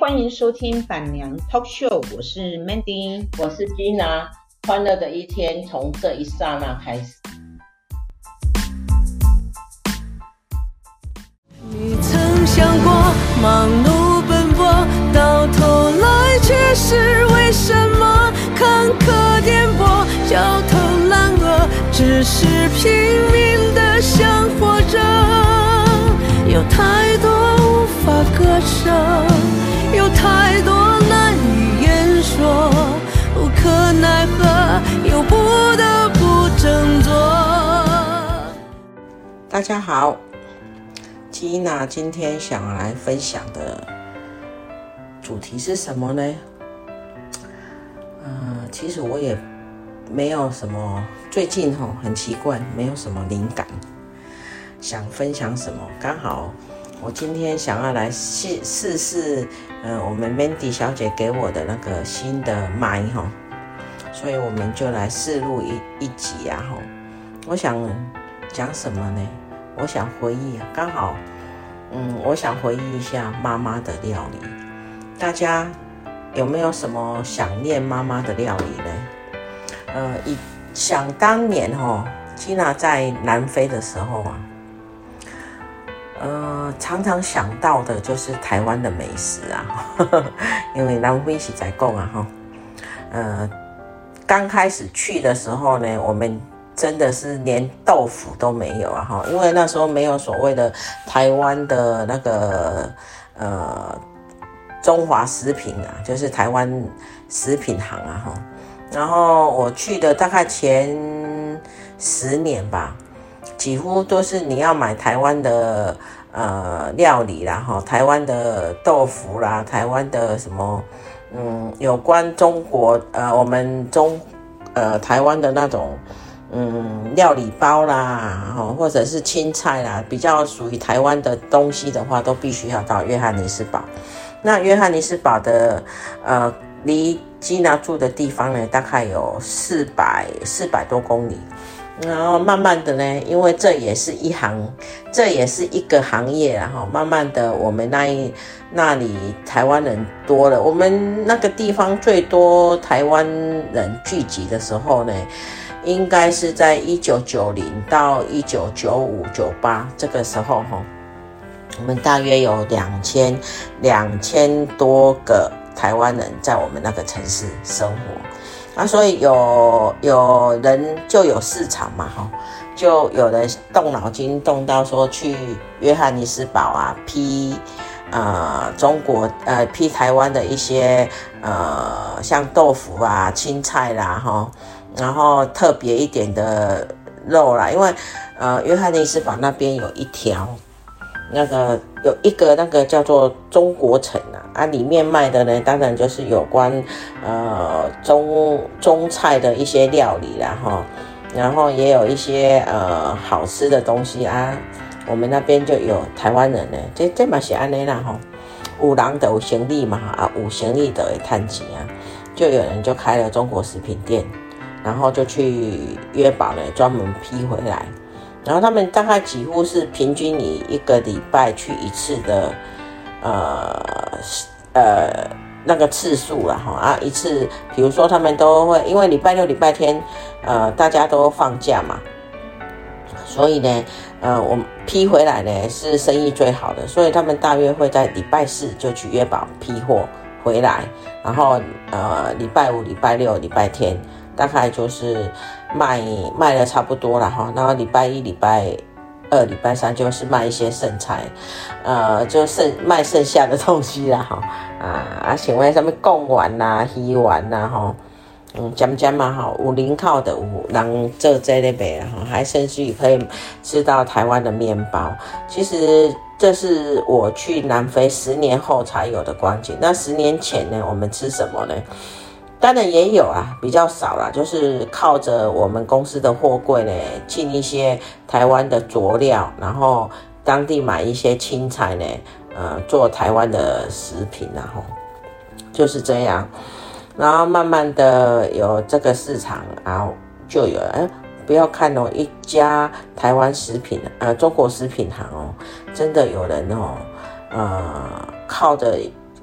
欢迎收听板娘 Talk Show， 我是 Mandy， 我是 Gina， 欢乐的一天从这一刹那开始。 你曾想过忙碌奔波，到头来却是为什么？坎坷颠簸，焦头烂额，只是拼命的想活着。有太多无法割舍，有太多难以言说，无可奈何，又不得不振作。 大家好，吉娜今天想来分享的主题是什么呢？其实我也没有什么，最近很奇怪，没有什么灵感，想分享什么。刚好我今天想要来试试，我们 Mandy 小姐给我的那个新的麦所以我们就来试录一集啊我想讲什么呢？我想回忆刚好我想回忆一下妈妈的料理。大家有没有什么想念妈妈的料理呢？想当年Gina 在南非的时候常常想到的就是台湾的美食因为南非是在讲刚开始去的时候呢，我们真的是连豆腐都没有因为那时候没有所谓的台湾的那个中华食品就是台湾食品行然后我去的大概前10年吧，几乎都是你要买台湾的料理啦台湾的豆腐啦，台湾的什么有关中国我们台湾的那种料理包啦或者是青菜啦，比较属于台湾的东西的话，都必须要到约翰尼斯堡。那约翰尼斯堡的离基娜住的地方呢，大概有400多公里。然后慢慢的呢，因为这也是一个行业慢慢的我们那里台湾人多了，我们那个地方最多台湾人聚集的时候呢，应该是在1990到1995、98这个时候我们大约有2000多个台湾人在我们那个城市生活所以有人就有市场嘛就有人动脑筋动到说去约翰尼斯堡批中国批台湾的一些像豆腐青菜啦然后特别一点的肉啦，因为约翰尼斯堡那边有一条有一个那个叫做中国城里面卖的呢，当然就是有关中菜的一些料理啦然后也有一些好吃的东西我们那边就有台湾人呢，这也是这样啦有人就有生意嘛有生意就会赚钱就有人就开了中国食品店，然后就去约堡呢专门批回来。然后他们大概几乎是平均以1个礼拜去一次的那个次数啦一次，比如说他们都会因为礼拜六礼拜天大家都放假嘛，所以呢我们批回来呢是生意最好的，所以他们大约会在礼拜4就去约堡批货回来，然后礼拜5礼拜6礼拜天大概就是卖的差不多了然后礼拜1礼拜2礼拜3就是卖一些剩菜就卖剩下的东西啦像那什么贡丸啦鱼丸啦尖尖有零靠的有人做这类卖还甚至于可以吃到台湾的面包。其实这是我去南非10年后才有的光景。那10年前呢，我们吃什么呢？当然也有比较少啦，就是靠着我们公司的货柜呢进一些台湾的佐料，然后当地买一些青菜呢做台湾的食品就是这样。然后慢慢的有这个市场就有不要看一家台湾食品中国食品行真的有人靠着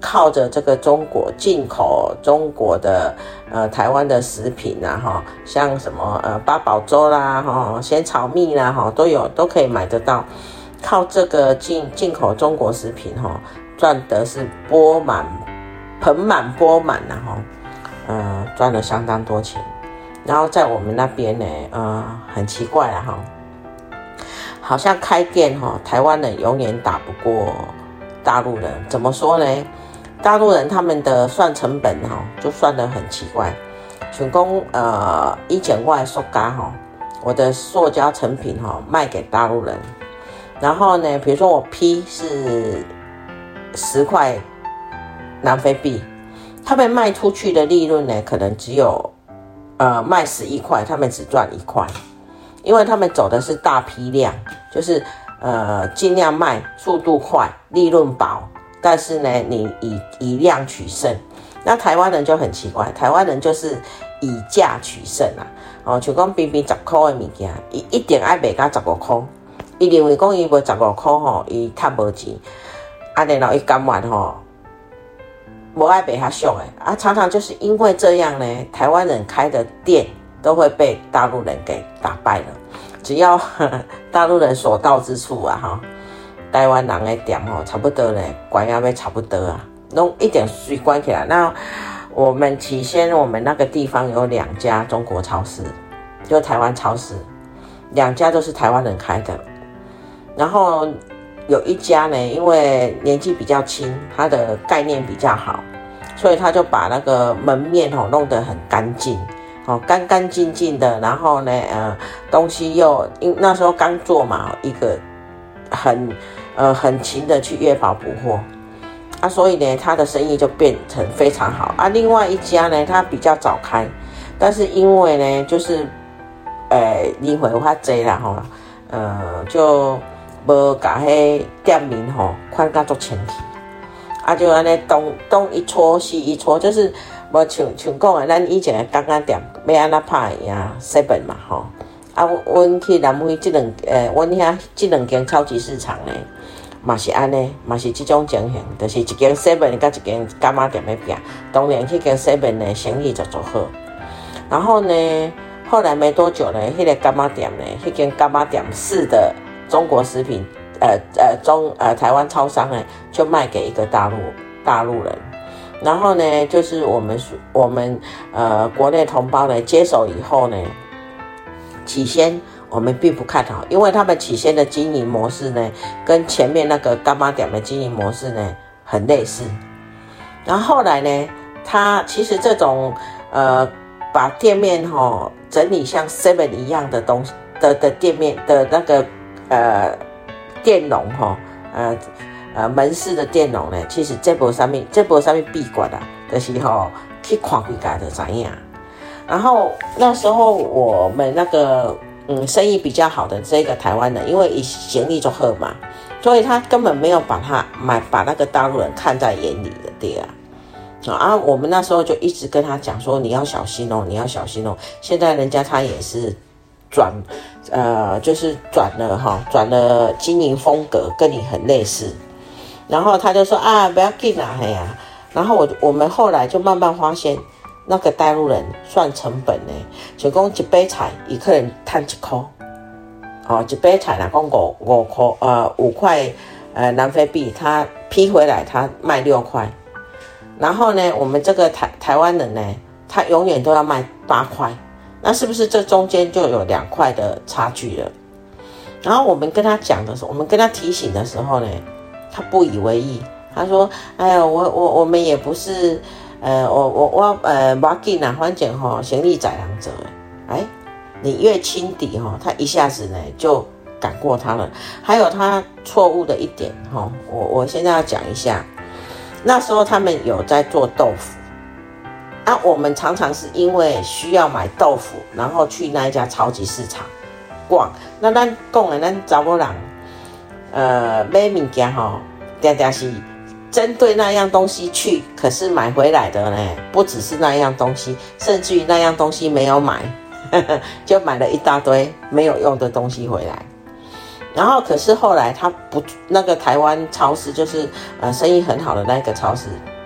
靠着这个中国进口中国的台湾的食品啊哈，像什么八宝粥啦哈、鲜炒蜜啦哈，都可以买得到。靠这个进口中国食品哈，赚的是盆满钵满啦哈，赚了相当多钱。然后在我们那边呢，很奇怪啦哈，好像开店哈，台湾人永远打不过大陆人。怎么说呢？大陆人他们的算成本哈，就算得很奇怪。像讲以前我的塑胶哈，我的塑胶成品哈卖给大陆人，然后呢，比如说我批是10块南非币，他们卖出去的利润呢，可能只有卖11块，他们只赚1块，因为他们走的是大批量，就是尽量卖，速度快，利润薄，但是呢，你以量取胜。那台湾人就很奇怪，台湾人就是以价取胜啊，像讲平10块的物件，伊一定爱卖到15块，伊认为讲伊卖15块吼，伊赚无钱，然后伊甘愿吼。不爱被他凶常常就是因为这样呢，台湾人开的店都会被大陆人给打败了。只要大陆人所到之处台湾人的店差不多呢，关要差不多弄一点水关起来。那我们起先我们那个地方有2家中国超市，就台湾超市，2家都是台湾人开的，然后。有一家呢，因为年纪比较轻，他的概念比较好，所以他就把那个门面弄得很干净，干干净净的。然后呢，东西又那时候刚做嘛，一个很勤的去月宝补货所以呢，他的生意就变成非常好另外一家呢，他比较早开，但是因为呢，就是年岁有较济啦就。无把迄店名看甲足清气，就安尼东一撮西一撮，就是无像讲的，咱以前的港仔店要安怎拍呀 7 嘛阮去南非阮遐这2间超级市场呢，嘛是安尼，嘛是这种情形，就是一间 7甲一间港仔店要拼，当然迄间7呢生意就做好，然后呢，后来没多久呢，迄个港仔店呢，迄间港仔店4的。中国食品，台湾超商呢，就卖给一个大陆人，然后呢，就是我们国内同胞呢接手以后呢，起先我们并不看好，因为他们起先的经营模式呢，跟前面那个干妈店的经营模式呢很类似，然后后来呢，他其实这种把店面整理像 7 一样的东西的店面的那个。店农门市的店农呢，其实这无啥物秘诀就是去看几家就知影。然后那时候我们那个生意比较好的这个台湾人，因为以行李就好嘛，所以他根本没有把那个大陆人看在眼里的对我们那时候就一直跟他讲说，你要小心你要小心现在人家他也是。就是转了经营风格，跟你很类似。然后他就说不要紧然后我们后来就慢慢发现，那个大陆人算成本呢，就讲一杯菜，伊可能赚1块，一杯菜啦，讲5块南非币，他批回来他卖6块。然后呢，我们这个台湾人呢，他永远都要卖8块。那是不是这中间就有2块的差距了？然后我们跟他讲的时候，我们跟他提醒的时候呢，他不以为意。他说：“哎呀，我们也不是，我不要紧啦，反正行李载人者。你越轻敌他一下子呢就赶过他了。还有他错误的一点我现在要讲一下，那时候他们有在做豆腐。”我们常常是因为需要买豆腐，然后去那一家超级市场逛。那咱讲的咱查某人，买物件常常是针对那样东西去，可是买回来的呢，不只是那样东西，甚至于那样东西没有买，就买了一大堆没有用的东西回来。然后可是后来他那个台湾超市就是生意很好的那个超市。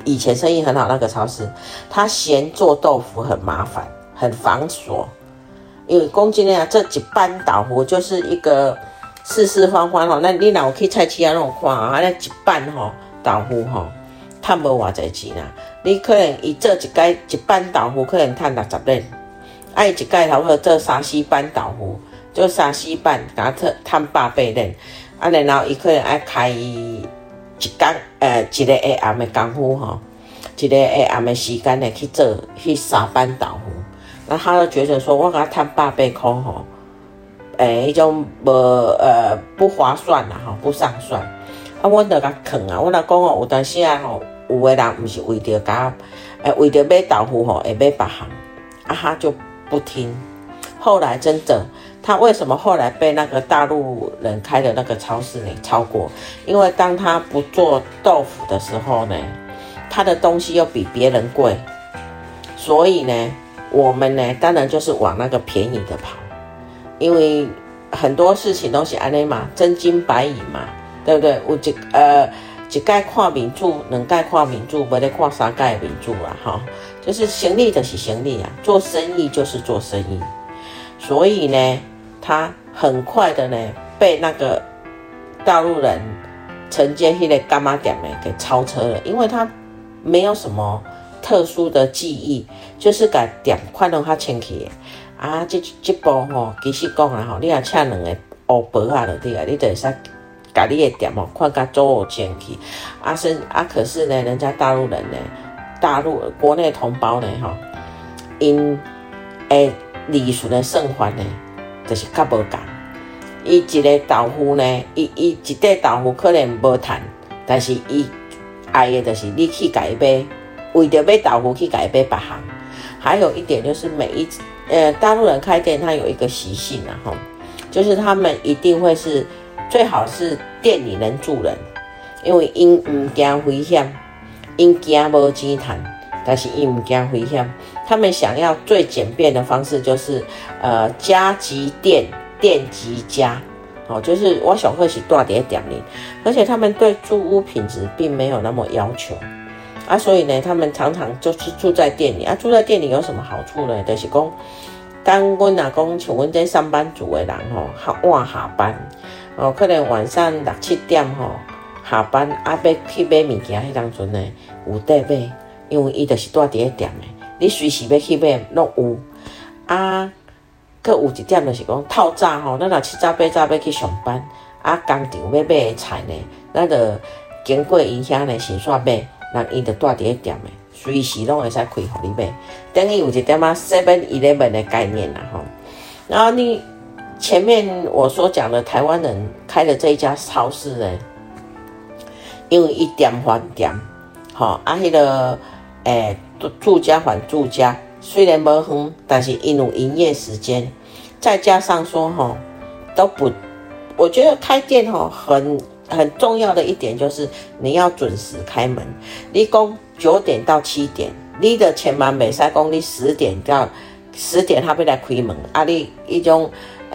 以前生意很好那个超市，他嫌做豆腐很麻烦，很繁琐。因为讲真的啊，这一班豆腐就是一个四四方方吼，那你若有去菜市啊那种看啊，那一班吼豆腐吼，赚无偌济钱啊。你可能伊做一班豆腐可能赚60錁，啊伊一届差不多做3-4班豆腐，做3-4班，给他赚100-8錁，啊然后伊可能爱开一个下暗的功夫吼，一个下暗的时间呢去做去3班豆腐。那他就觉得说，我给他赚100-8块吼，迄种不划算啦吼，不上算。啊，我就甲坑啊，我若讲吼，有当时啊吼，有的人不是为着为着买豆腐吼，会买别行，啊，他就不听。后来真的，他为什么后来被那个大陆人开的那个超市呢超过？因为当他不做豆腐的时候呢，他的东西又比别人贵，所以呢。我们呢，当然就是往那个便宜的跑，因为很多事情都是安尼嘛，真金白银嘛，对不对？有一届看民主，两届看民主，没得看3届民主啦，哈，就是行利就是行利啊，做生意就是做生意，所以呢，他很快的呢被那个大陆人承接那个干妈店呢给超车了，因为他没有什么。特殊的记忆，就是把店看到较清气的啊！这步吼，其实讲啊吼，你若请2个乌婆啊，就对啊，你就会使把你的店吼看甲足清气可是呢，人家大陆人呢，大陆国内同胞呢吼，因利润的算法呢，就是较无共。伊一个豆腐呢，伊一块豆腐可能无赚，但是伊爱的就是你去甲伊买。为着买豆腐去改买别行，还有一点就是大陆人开店，他有一个习性啊哈，就是他们一定会是最好是店里能住人，因为因唔惊危险，因惊无钱赚，但是因唔惊危险，他们想要最简便的方式就是家即店，店即家。哦，就是我小会是住在店里，而且他们对住屋品质并没有那么要求。所以呢，他们常常就是住在店里啊。住在店里有什么好处呢？就是讲，当我若讲像阮这上班族的人吼，晚下班哦，可能晚上6-7点吼下班要去买物件，迄当阵呢有得买，因为伊就是住伫店的，你随时要去买拢有搁有一点就是讲透早吼，咱若7早8早要去上班工厂要买的菜呢，咱就经过伊遐呢先煞买。人伊就住伫店的，随时拢会使开互你买，等于有一点7-11的概念啦吼。然后你前面我所讲的台湾人开的这一家超市呢，因为伊店还店，吼迄个住家还住家，虽然无远，但是因有营业时间，再加上说吼都不，我觉得开店吼很重要的一点就是你要准时开门。你讲9点到7点，你的千万袂使讲你10点他要来开门你迄种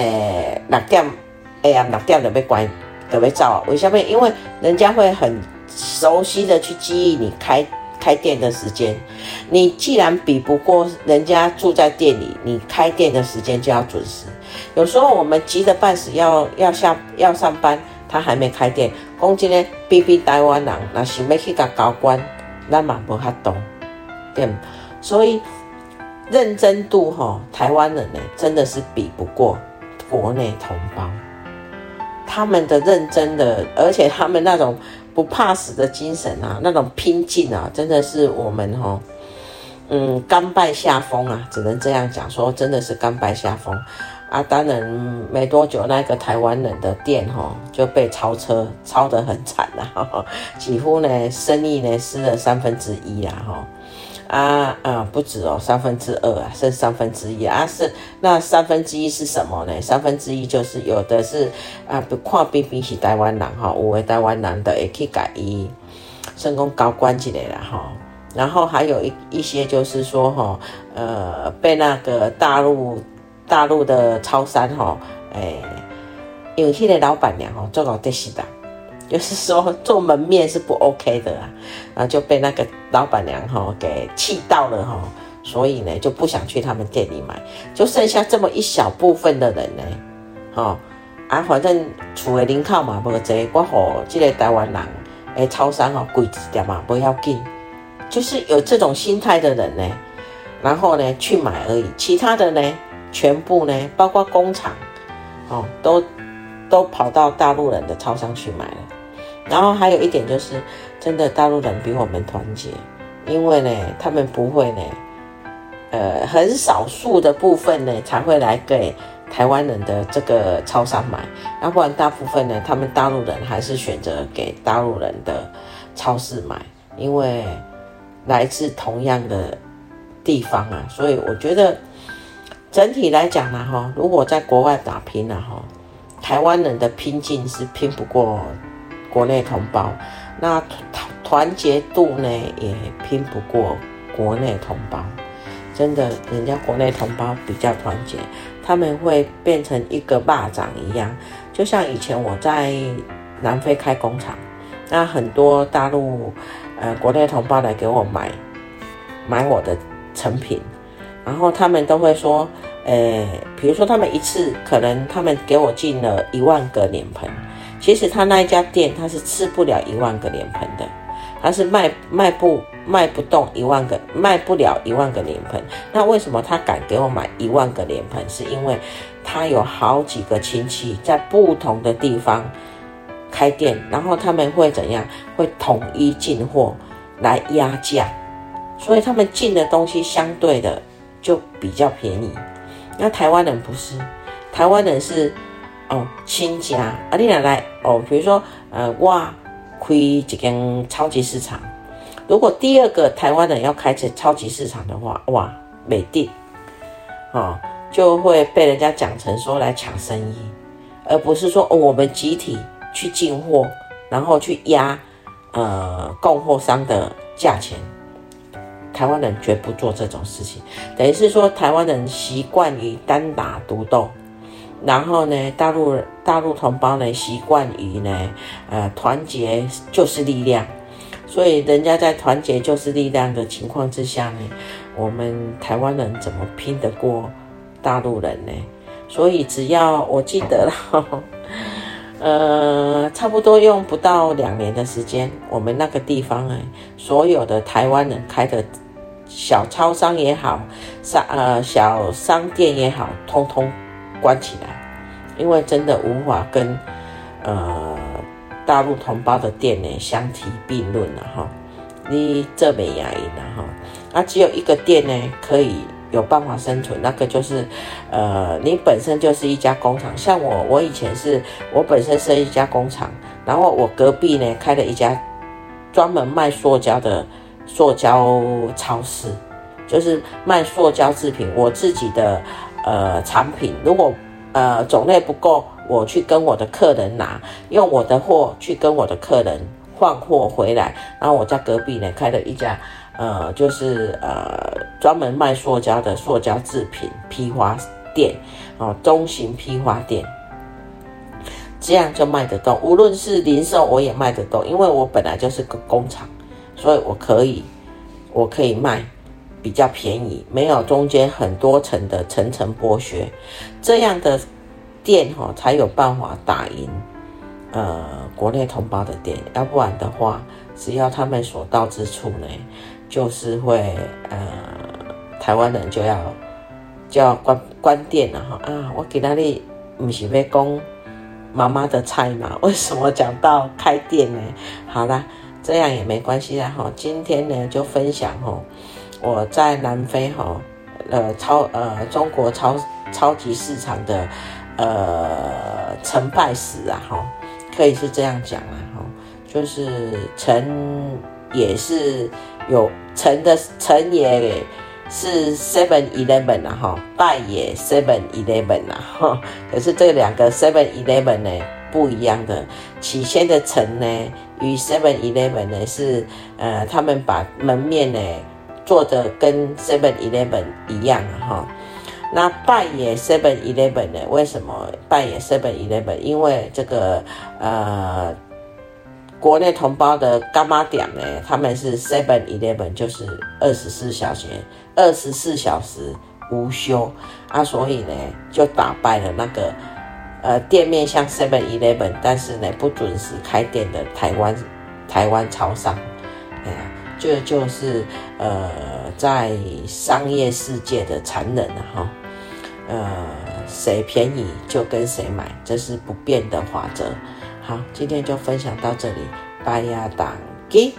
6点6点就要关就要走为什么？因为人家会很熟悉的去记忆你开店的时间。你既然比不过人家住在店里，你开店的时间就要准时。有时候我们急得半死要上班。他还没开店，讲真的，比台湾人若想要去甲交关，咱嘛无遐多，对。所以认真度台湾人呢真的是比不过国内同胞，他们的认真的，而且他们那种不怕死的精神啊，那种拼劲啊，真的是我们甘拜下风啊，只能这样讲说，真的是甘拜下风。当然没多久，那个台湾人的店就被超得很惨了，几乎呢生意呢失了1/3啦，不止2/3剩1/3是那1/3是什么呢？1/3就是有的是看边是台湾人有的台湾人就会去甲伊算讲交关一下啦然后还有一些就是说被那个大陆的超商因为迄个老板娘做到第4档就是说做门面是不 OK 的啊，然后就被那个老板娘给气到了所以呢就不想去他们店里买，就剩下这么一小部分的人呢，反正厝的人口嘛无多，我给这个台湾人的超商贵一点嘛不要紧，就是有这种心态的人呢，然后呢去买而已，其他的呢全部呢包括工厂都跑到大陆人的超商去买了。然后还有一点就是，真的大陆人比我们团结，因为呢，他们不会呢，很少数的部分呢才会来给台湾人的这个超商买，要不然大部分呢，他们大陆人还是选择给大陆人的超市买，因为来自同样的地方啊，所以我觉得整体来讲呢，如果在国外打拼台湾人的拼劲是拼不过国内同胞，那团结度呢也拼不过国内同胞。真的，人家国内同胞比较团结，他们会变成一个蚂蚱一样。就像以前我在南非开工厂，那很多大陆国内同胞来给我买我的成品，然后他们都会说，比如说他们一次可能他们给我进了1万个脸盆。其实他那一家店他是吃不了1万个脸盆的，他是卖不动1万个，卖不了1万个脸盆。那为什么他敢给我买1万个脸盆？是因为他有好几个亲戚在不同的地方开店，然后他们会怎样？会统一进货来压价，所以他们进的东西相对的就比较便宜。那台湾人不是，台湾人是亲家你哪来比如说我开一间超级市场，如果第二个台湾人要开这超级市场的话，哇，没定就会被人家讲成说来抢生意，而不是说我们集体去进货，然后去压供货商的价钱。台湾人绝不做这种事情，等于是说台湾人习惯于单打独斗。然后呢，大陆同胞呢习惯于呢，团结就是力量，所以人家在团结就是力量的情况之下呢，我们台湾人怎么拼得过大陆人呢？所以只要我记得了，差不多用不到2年的时间，我们那个地方所有的台湾人开的小超商也好，小商店也好，通通关起来，因为真的无法跟大陆同胞的店呢相提并论了你这没牙赢了只有一个店呢可以有办法生存，那个就是你本身就是一家工厂，像我以前是我本身是一家工厂，然后我隔壁呢开了一家专门卖塑胶的塑胶超市，就是卖塑胶制品，我自己的产品，如果种类不够，我去跟我的客人拿，用我的货去跟我的客人换货回来，然后我在隔壁呢开了一家就是专门卖塑胶的塑胶制品批发店中型批发店，这样就卖得动，无论是零售我也卖得动，因为我本来就是个工厂，所以我可以卖比较便宜，没有中间很多层的层层剥削，这样的店才有办法打赢国内同胞的店，要不然的话，只要他们所到之处呢，就是会台湾人就要关店了我给那里不是要讲妈妈的菜嘛？为什么讲到开店呢？好啦，这样也没关系啦今天呢就分享我在南非中国超级市场的成败史可以是这样讲就是成也是有成的成也是 7-Eleven 败也 7-Eleven 可是这两个 7-Eleven 呢不一样的，起先的成呢与 7-Eleven 呢是他们把门面呢做的跟 7-Eleven 一样那败也 7-Eleven 呢？为什么败也 7-Eleven？ 因为这个国内同胞的干妈店呢，他们是 7-Eleven， 就是24小时无休啊，所以呢就打败了那个店面像 7-Eleven， 但是呢不准时开店的台湾超商。哎呀，这就是在商业世界的残忍啊哈。谁便宜就跟谁买，这是不变的法则。好，今天就分享到这里，拜呀党基。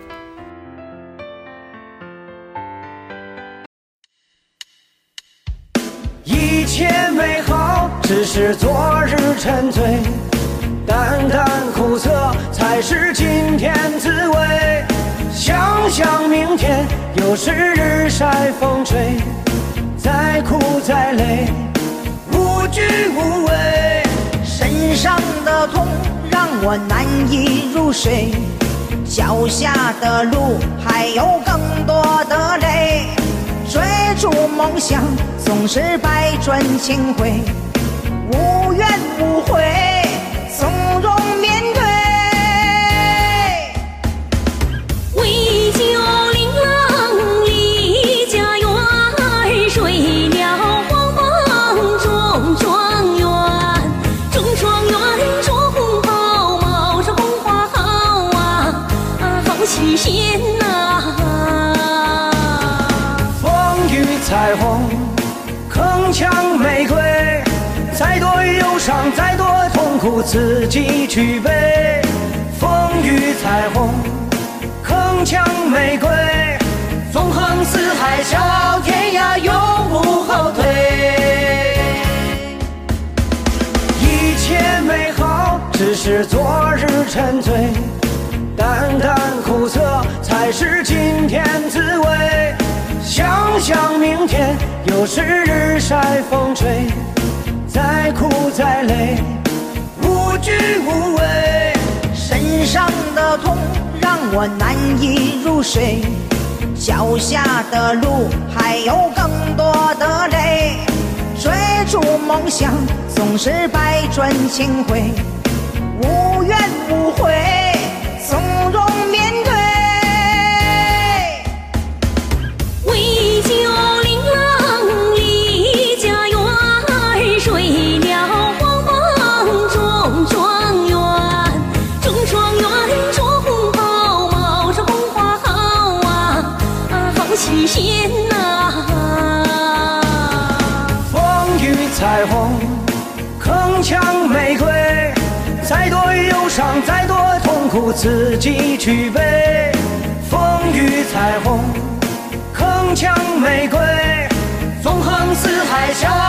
一切美好只是昨日沉醉，淡淡苦涩才是今天滋味。想想明天又是日晒风吹，再苦再累无惧无畏， 身上的痛让我难以入睡，脚下的路还有更多的累，追逐梦想总是百转千回，无怨无悔从容面对。 为救琳琅离家园，睡了黄黄中状元，中状元中宝冒着红花好啊，好奇仙呐。 风雨彩虹铿锵玫瑰，再多忧伤再多痛苦自己去背。风雨彩虹铿锵玫瑰，纵横四海笑傲天涯永不后退。一切美好只是昨日沉醉，淡淡苦涩才是今天滋味。想想明天又是日晒风吹，再苦再累无惧无畏， 身上的痛让我难以入睡，脚下的路还有更多的累，追逐梦想总是百转千回，无怨无悔从容面对。 为救琳琅离家园，睡了黄黄中状元，中状元中宝冒着红花好啊，好奇仙呐。 风雨彩虹铿锵玫瑰，再多忧伤再多痛苦自己去背。风雨彩虹铿锵玫瑰，纵横四海笑傲